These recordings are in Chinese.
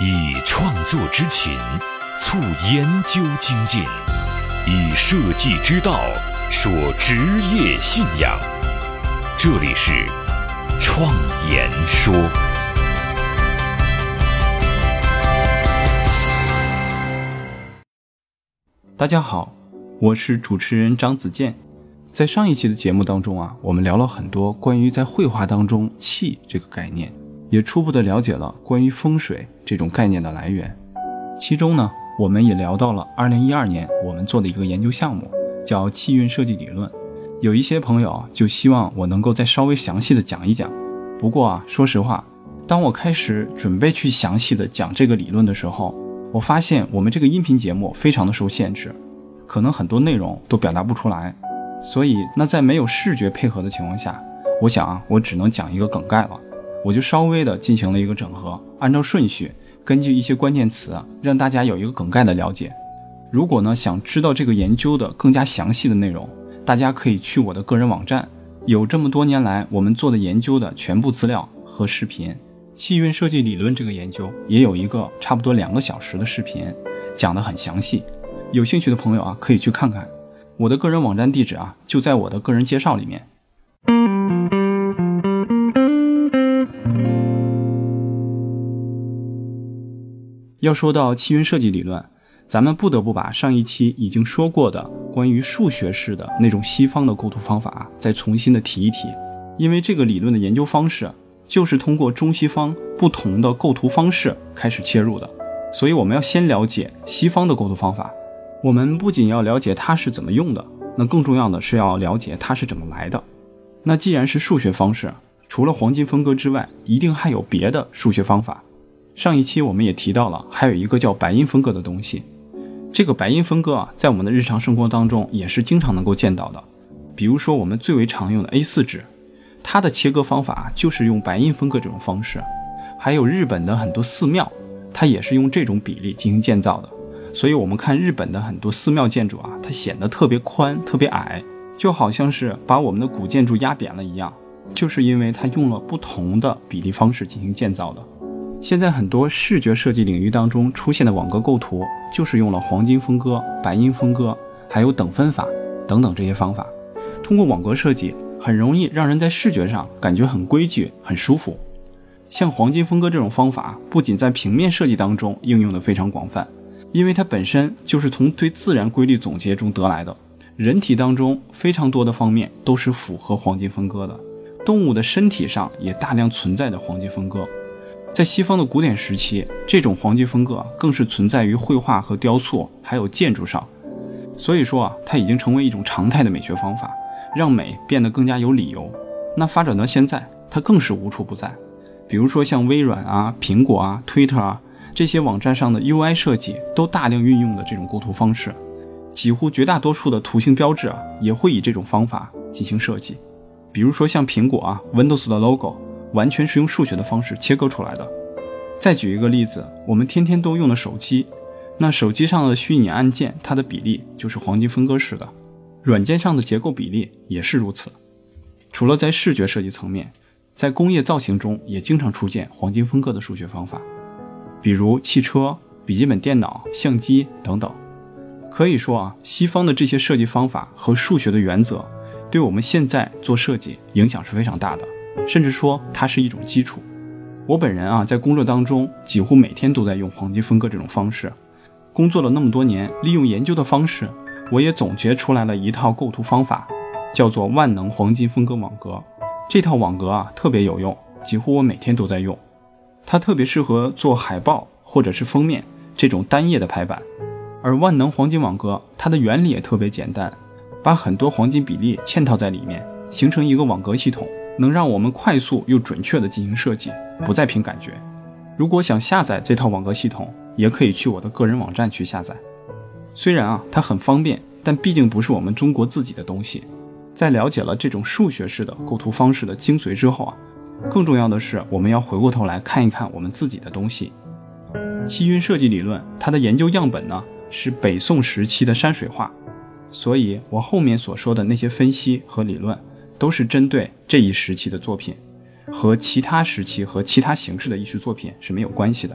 以创作之情促研究精进，以设计之道说职业信仰。这里是创研说。 大家好，我是主持人张子健。在上一期的节目当中我们聊了很多关于在绘画当中气这个概念，也初步的了解了关于风水这种概念的来源。其中呢，我们也聊到了2012年我们做的一个研究项目，叫气运设计理论。有一些朋友就希望我能够再稍微详细的讲一讲。不过说实话，当我开始准备去详细的讲这个理论的时候，我发现我们这个音频节目非常的受限制，可能很多内容都表达不出来。所以那在没有视觉配合的情况下，我想我只能讲一个梗概了。我就稍微的进行了一个整合，按照顺序，根据一些关键词让大家有一个梗概的了解。如果呢想知道这个研究的更加详细的内容，大家可以去我的个人网站，有这么多年来我们做的研究的全部资料和视频。气运设计理论这个研究也有一个差不多2个小时的视频，讲得很详细。有兴趣的朋友可以去看看。我的个人网站地址就在我的个人介绍里面。要说到气运设计理论，咱们不得不把上一期已经说过的关于数学式的那种西方的构图方法再重新的提一提。因为这个理论的研究方式就是通过中西方不同的构图方式开始切入的，所以我们要先了解西方的构图方法。我们不仅要了解它是怎么用的，那更重要的是要了解它是怎么来的。那既然是数学方式，除了黄金分割之外，一定还有别的数学方法。上一期我们也提到了，还有一个叫白阴分割的东西。这个白阴分割在我们的日常生活当中也是经常能够见到的。比如说我们最为常用的 A4 纸，它的切割方法就是用白阴分割这种方式。还有日本的很多寺庙，它也是用这种比例进行建造的。所以我们看日本的很多寺庙建筑它显得特别宽特别矮，就好像是把我们的古建筑压扁了一样，就是因为它用了不同的比例方式进行建造的。现在很多视觉设计领域当中出现的网格构图，就是用了黄金分割、白阴分割，还有等分法等等这些方法。通过网格设计，很容易让人在视觉上感觉很规矩很舒服。像黄金分割这种方法，不仅在平面设计当中应用的非常广泛，因为它本身就是从对自然规律总结中得来的。人体当中非常多的方面都是符合黄金分割的，动物的身体上也大量存在着黄金分割。在西方的古典时期，这种黄金分割更是存在于绘画和雕塑还有建筑上。所以说它已经成为一种常态的美学方法，让美变得更加有理由。那发展到现在，它更是无处不在。比如说像微软苹果Twitter这些网站上的 UI 设计都大量运用的这种构图方式，几乎绝大多数的图形标志也会以这种方法进行设计。比如说像苹果Windows 的 logo 完全是用数学的方式切割出来的。再举一个例子，我们天天都用的手机，那手机上的虚拟按键，它的比例就是黄金分割式的，软件上的结构比例也是如此。除了在视觉设计层面，在工业造型中也经常出现黄金分割的数学方法，比如汽车、笔记本电脑、相机等等。可以说西方的这些设计方法和数学的原则对我们现在做设计影响是非常大的，甚至说它是一种基础。我本人在工作当中几乎每天都在用黄金分割这种方式。工作了那么多年，利用研究的方式，我也总结出来了一套构图方法，叫做万能黄金分割网格。这套网格特别有用，几乎我每天都在用。它特别适合做海报或者是封面这种单页的排版。而万能黄金网格它的原理也特别简单，把很多黄金比例嵌套在里面，形成一个网格系统，能让我们快速又准确地进行设计，不再凭感觉。如果想下载这套网格系统，也可以去我的个人网站去下载。虽然它很方便，但毕竟不是我们中国自己的东西。在了解了这种数学式的构图方式的精髓之后更重要的是我们要回过头来看一看我们自己的东西。气运设计理论它的研究样本呢是北宋时期的山水画，所以我后面所说的那些分析和理论都是针对这一时期的作品，和其他时期和其他形式的艺术作品是没有关系的。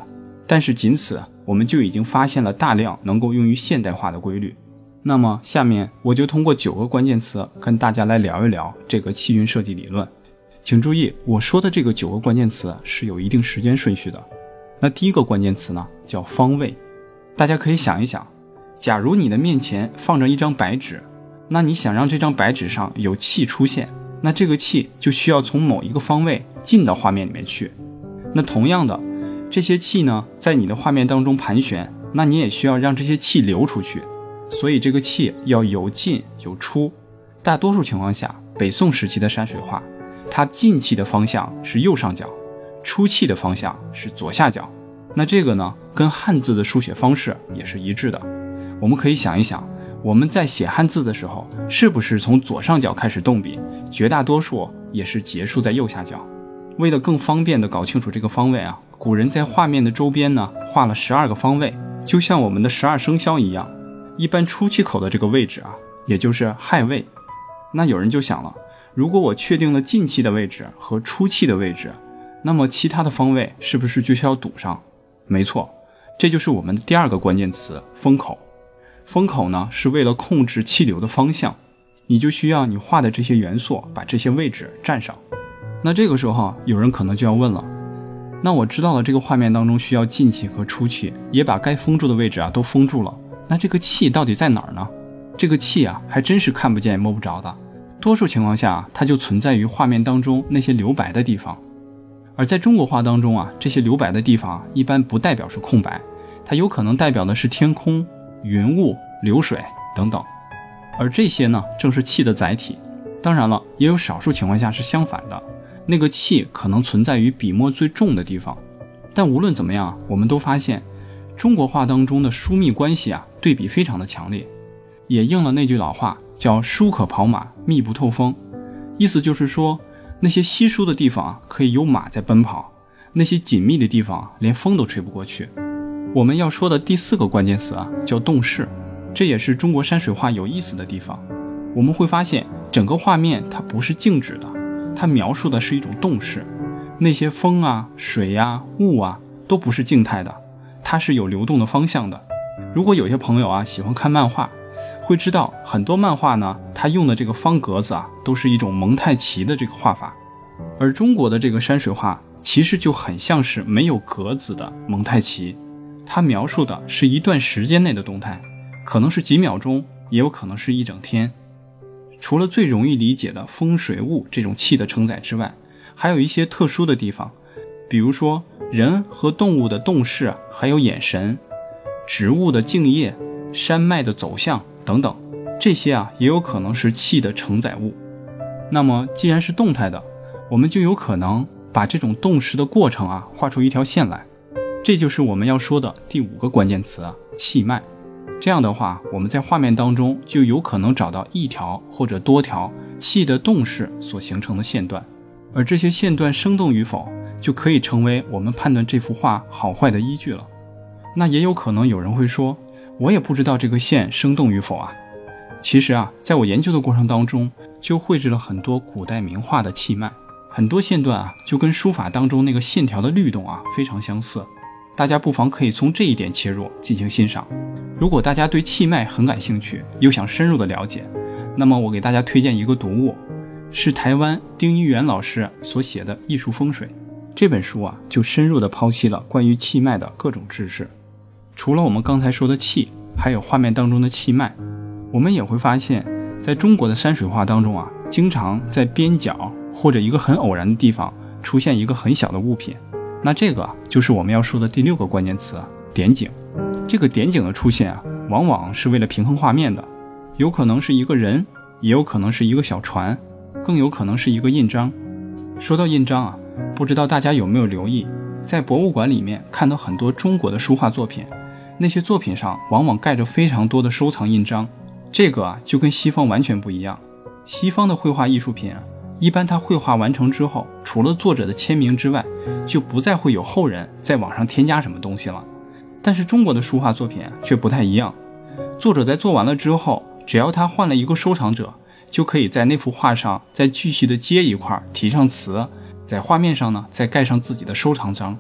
但是仅此我们就已经发现了大量能够用于现代化的规律。那么下面我就通过9个关键词跟大家来聊一聊这个气运设计理论。请注意，我说的这个9个关键词是有一定时间顺序的。那第一个关键词呢，叫方位。大家可以想一想，假如你的面前放着一张白纸，那你想让这张白纸上有气出现，那这个气就需要从某一个方位进到画面里面去。那同样的，这些气呢，在你的画面当中盘旋，那你也需要让这些气流出去。所以这个气要有进有出。大多数情况下，北宋时期的山水画，它进气的方向是右上角，出气的方向是左下角。那这个呢，跟汉字的书写方式也是一致的。我们可以想一想，我们在写汉字的时候，是不是从左上角开始动笔，绝大多数也是结束在右下角。为了更方便的搞清楚这个方位啊，古人在画面的周边呢画了12个方位，就像我们的12生肖一样。一般出气口的这个位置啊，也就是亥位。那有人就想了，如果我确定了进气的位置和出气的位置，那么其他的方位是不是就需要堵上？没错，这就是我们的第2个关键词，风口。风口呢，是为了控制气流的方向，你就需要你画的这些元素把这些位置占上。那这个时候有人可能就要问了，那我知道了这个画面当中需要进气和出气，也把该封住的位置啊都封住了，那这个气到底在哪儿呢？这个气啊还真是看不见摸不着的，多数情况下它就存在于画面当中那些留白的地方。而在中国画当中啊，这些留白的地方一般不代表是空白，它有可能代表的是天空、云雾、流水等等。而这些呢，正是气的载体。当然了，也有少数情况下是相反的，那个气可能存在于笔墨最重的地方。但无论怎么样，我们都发现中国画当中的疏密关系啊，对比非常的强烈，也应了那句老话，叫疏可跑马，密不透风。意思就是说，那些稀疏的地方啊，可以有马在奔跑，那些紧密的地方连风都吹不过去。我们要说的第4个关键词啊，叫动势。这也是中国山水画有意思的地方。我们会发现整个画面它不是静止的，它描述的是一种动势。那些风啊、水啊、雾啊都不是静态的，它是有流动的方向的。如果有些朋友啊喜欢看漫画，会知道很多漫画呢，它用的这个方格子啊，都是一种蒙太奇的这个画法。而中国的这个山水画其实就很像是没有格子的蒙太奇，它描述的是一段时间内的动态，可能是几秒钟，也有可能是一整天。除了最容易理解的风水雾这种气的承载之外，还有一些特殊的地方，比如说人和动物的动势，还有眼神，植物的茎叶，山脉的走向等等，这些啊也有可能是气的承载物。那么既然是动态的，我们就有可能把这种动势的过程啊画出一条线来。这就是我们要说的第5个关键词啊，气脉。这样的话，我们在画面当中就有可能找到一条或者多条气的动势所形成的线段，而这些线段生动与否，就可以成为我们判断这幅画好坏的依据了。那也有可能有人会说，我也不知道这个线生动与否啊。其实啊，在我研究的过程当中，就绘制了很多古代名画的气脉，很多线段啊，就跟书法当中那个线条的律动啊非常相似。大家不妨可以从这一点切入进行欣赏。如果大家对气脉很感兴趣，又想深入的了解，那么我给大家推荐一个读物，是台湾丁一元老师所写的《艺术风水》。这本书啊，就深入的剖析了关于气脉的各种知识。除了我们刚才说的气，还有画面当中的气脉。我们也会发现，在中国的山水画当中啊，经常在边角或者一个很偶然的地方出现一个很小的物品。那这个就是我们要说的第6个关键词，点景。这个点景的出现啊，往往是为了平衡画面的，有可能是一个人，也有可能是一个小船，更有可能是一个印章。说到印章啊，不知道大家有没有留意，在博物馆里面看到很多中国的书画作品，那些作品上往往盖着非常多的收藏印章。这个啊，就跟西方完全不一样。西方的绘画艺术品啊，一般它绘画完成之后，除了作者的签名之外，就不再会有后人在网上添加什么东西了。但是中国的书画作品却不太一样，作者在做完了之后，只要他换了一个收藏者，就可以在那幅画上再继续的接一块，提上词，在画面上呢再盖上自己的收藏章。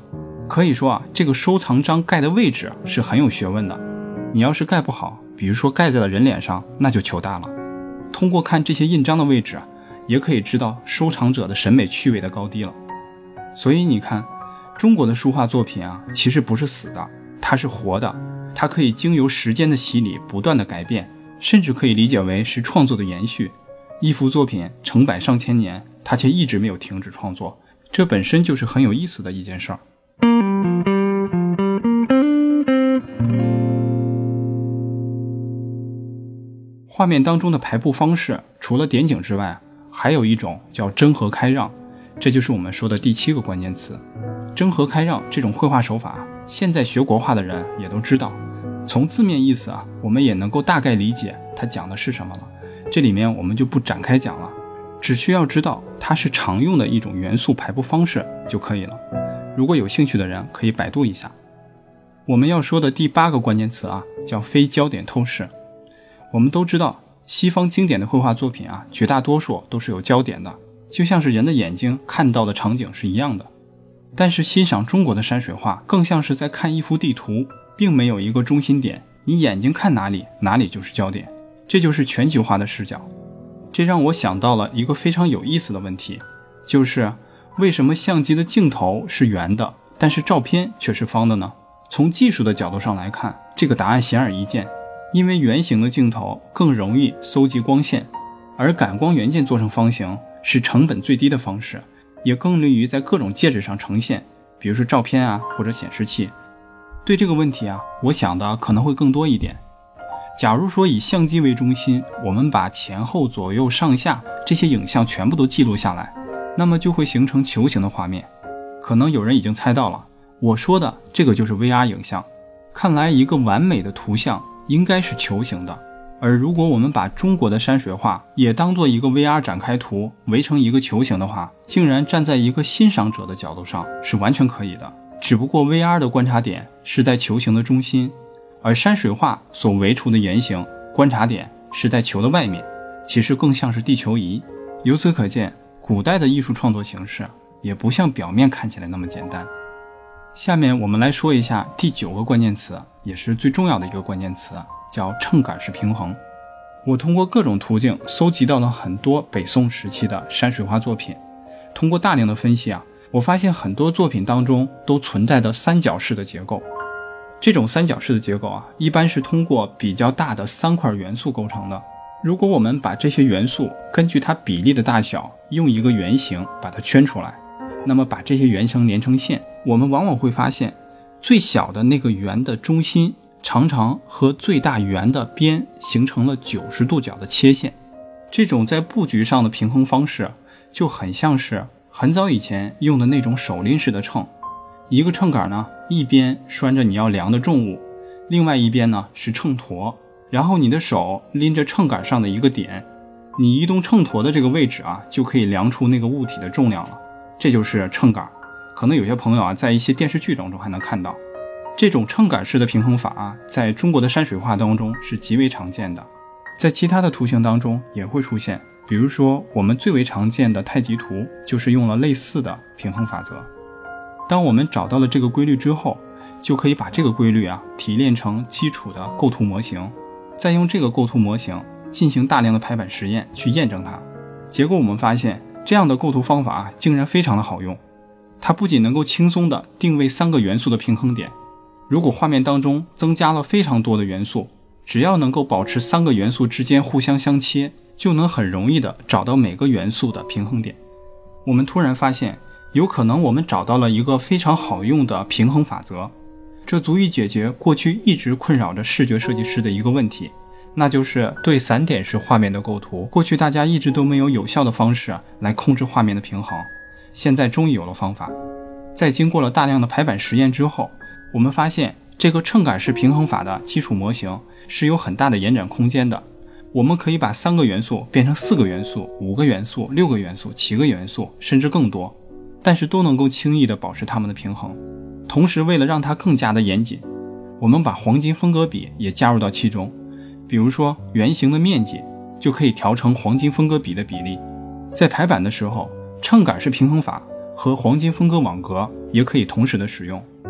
可以说这个收藏章盖的位置是很有学问的。你要是盖不好，比如说盖在了人脸上，那就糗大了。通过看这些印章的位置，也可以知道收藏者的审美趣味的高低了。所以你看，中国的书画作品其实不是死的，它是活的，它可以经由时间的洗礼不断的改变，甚至可以理解为是创作的延续。一幅作品成百上千年，它却一直没有停止创作，这本身就是很有意思的一件事儿。画面当中的排布方式，除了点景之外，还有一种叫真合开让，这就是我们说的第7个关键词。真合开让这种绘画手法，现在学国画的人也都知道，从字面意思我们也能够大概理解它讲的是什么了。这里面我们就不展开讲了，只需要知道它是常用的一种元素排布方式就可以了。如果有兴趣的人可以百度一下。我们要说的第8个关键词叫非焦点透视。我们都知道，西方经典的绘画作品绝大多数都是有焦点的，就像是人的眼睛看到的场景是一样的。但是欣赏中国的山水画，更像是在看一幅地图，并没有一个中心点，你眼睛看哪里，哪里就是焦点，这就是全局化的视角。这让我想到了一个非常有意思的问题，就是为什么相机的镜头是圆的，但是照片却是方的呢？从技术的角度上来看，这个答案显而易见，因为圆形的镜头更容易搜集光线，而感光元件做成方形是成本最低的方式，也更利于在各种介质上呈现，比如说照片或者显示器。对这个问题我想的可能会更多一点。假如说以相机为中心，我们把前后左右上下这些影像全部都记录下来，那么就会形成球形的画面。可能有人已经猜到了，我说的这个就是 VR 影像。看来一个完美的图像应该是球形的，而如果我们把中国的山水画也当做一个 VR 展开图围成一个球形的话，竟然站在一个欣赏者的角度上是完全可以的。只不过 VR 的观察点是在球形的中心，而山水画所围出的圆形观察点是在球的外面，其实更像是地球仪。由此可见，古代的艺术创作形式也不像表面看起来那么简单。下面我们来说一下第9个关键词，也是最重要的一个关键词，叫秤杆式平衡。我通过各种途径搜集到了很多北宋时期的山水画作品，通过大量的分析我发现很多作品当中都存在着三角式的结构。这种三角式的结构一般是通过比较大的3块元素构成的。如果我们把这些元素根据它比例的大小用一个圆形把它圈出来，那么把这些圆形连成线，我们往往会发现最小的那个圆的中心常常和最大圆的边形成了90度角的切线。这种在布局上的平衡方式就很像是很早以前用的那种手拎式的秤。一个秤杆一边拴着你要量的重物，另外一边是秤砣，然后你的手拎着秤杆上的一个点，你移动秤砣的这个位置就可以量出那个物体的重量了。这就是秤杆。可能有些朋友在一些电视剧当中还能看到这种秤杆式的平衡法在中国的山水画当中是极为常见的，在其他的图形当中也会出现。比如说我们最为常见的太极图就是用了类似的平衡法则。当我们找到了这个规律之后，就可以把这个规律提炼成基础的构图模型，再用这个构图模型进行大量的排版实验去验证它。结果我们发现这样的构图方法竟然非常的好用。它不仅能够轻松地定位3个元素的平衡点，如果画面当中增加了非常多的元素，只要能够保持3个元素之间互相相切，就能很容易地找到每个元素的平衡点。我们突然发现，有可能我们找到了一个非常好用的平衡法则，这足以解决过去一直困扰着视觉设计师的一个问题，那就是对散点式画面的构图，过去大家一直都没有有效的方式来控制画面的平衡，现在终于有了方法。在经过了大量的排版实验之后，我们发现这个秤杆式平衡法的基础模型是有很大的延展空间的。我们可以把3个元素变成4个元素、5个元素、6个元素、7个元素，甚至更多，但是都能够轻易地保持它们的平衡。同时为了让它更加的严谨，我们把黄金分割比也加入到其中。比如说圆形的面积就可以调成黄金分割比的比例。在排版的时候，秤杆式平衡法和黄金分割网格也可以同时的使用。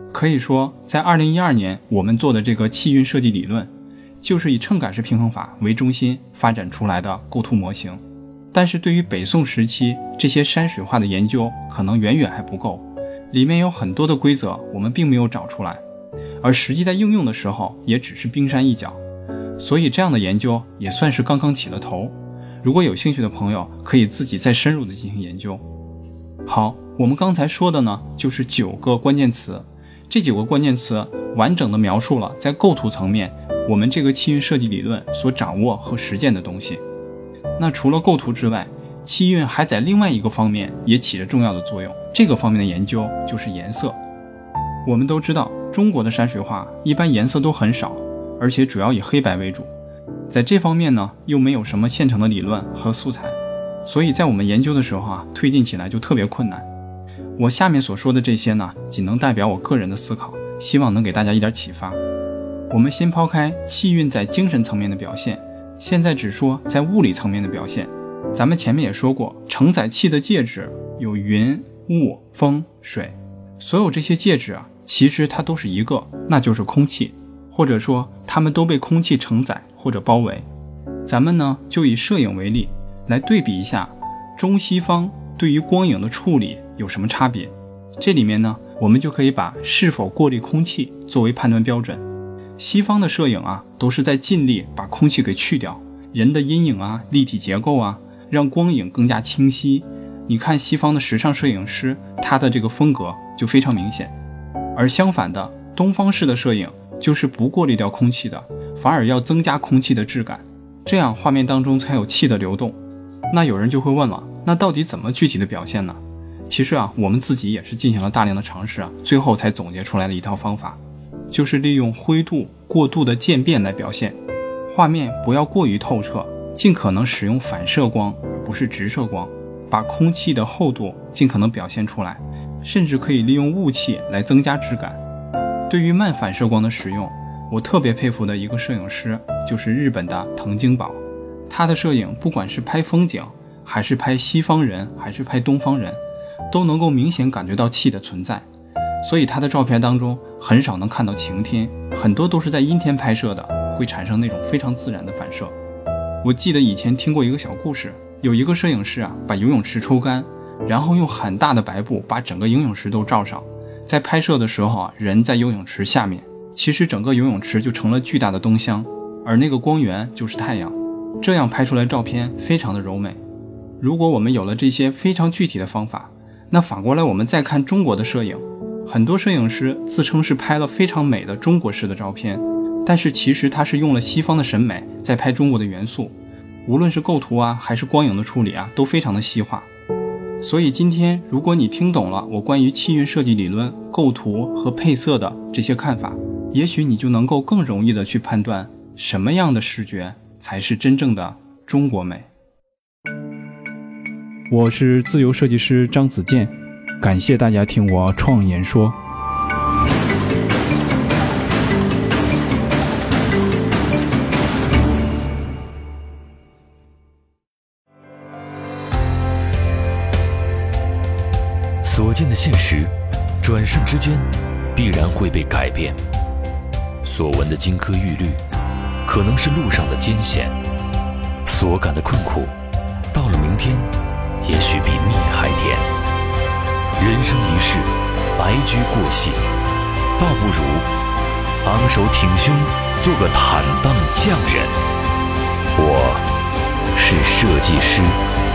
可以说在2012年我们做的这个气运设计理论，就是以秤杆式平衡法为中心发展出来的构图模型。但是对于北宋时期这些山水画的研究可能远远还不够，里面有很多的规则我们并没有找出来，而实际在应用的时候也只是冰山一角，所以这样的研究也算是刚刚起了头。如果有兴趣的朋友可以自己再深入的进行研究。好，我们刚才说的呢就是9个关键词，这9个关键词完整的描述了在构图层面我们这个气运设计理论所掌握和实践的东西。那除了构图之外，气运还在另外一个方面也起着重要的作用，这个方面的研究就是颜色。我们都知道中国的山水画一般颜色都很少，而且主要以黑白为主，在这方面呢又没有什么现成的理论和素材，所以在我们研究的时候推进起来就特别困难。我下面所说的这些呢仅能代表我个人的思考，希望能给大家一点启发。我们先抛开气运在精神层面的表现，现在只说在物理层面的表现。咱们前面也说过，承载气的介质有云、雾、风、水，所有这些介质其实它都是一个，那就是空气，或者说它们都被空气承载或者包围。咱们呢就以摄影为例来对比一下中西方对于光影的处理有什么差别。这里面呢我们就可以把是否过滤空气作为判断标准。西方的摄影都是在尽力把空气给去掉，人的阴影立体结构让光影更加清晰。你看西方的时尚摄影师，他的这个风格就非常明显。而相反的，东方式的摄影就是不过滤掉空气的，反而要增加空气的质感，这样画面当中才有气的流动。那有人就会问了，那到底怎么具体的表现呢？其实我们自己也是进行了大量的尝试最后才总结出来的一套方法，就是利用灰度、过度的渐变来表现画面，不要过于透彻，尽可能使用反射光而不是直射光，把空气的厚度尽可能表现出来，甚至可以利用雾气来增加质感。对于慢反射光的使用，我特别佩服的一个摄影师就是日本的藤井宝，他的摄影不管是拍风景还是拍西方人还是拍东方人，都能够明显感觉到气的存在，所以他的照片当中很少能看到晴天，很多都是在阴天拍摄的，会产生那种非常自然的反射。我记得以前听过一个小故事，有一个摄影师把游泳池抽干，然后用很大的白布把整个游泳池都罩上，在拍摄的时候人在游泳池下面，其实整个游泳池就成了巨大的灯箱，而那个光源就是太阳，这样拍出来照片非常的柔美。如果我们有了这些非常具体的方法，那反过来我们再看中国的摄影，很多摄影师自称是拍了非常美的中国式的照片，但是其实他是用了西方的审美在拍中国的元素，无论是构图还是光影的处理都非常的细化。所以今天如果你听懂了我关于气运设计理论、构图和配色的这些看法，也许你就能够更容易的去判断什么样的视觉才是真正的中国美。我是自由设计师张子健，感谢大家听我创言说。 所见的现实，转瞬之间必然会被改变；所闻的金科玉律，可能是路上的艰险；所感的困苦，到了明天，也许比蜜还甜。人生一世，白驹过隙，倒不如昂首挺胸，做个坦荡匠人。我是设计师。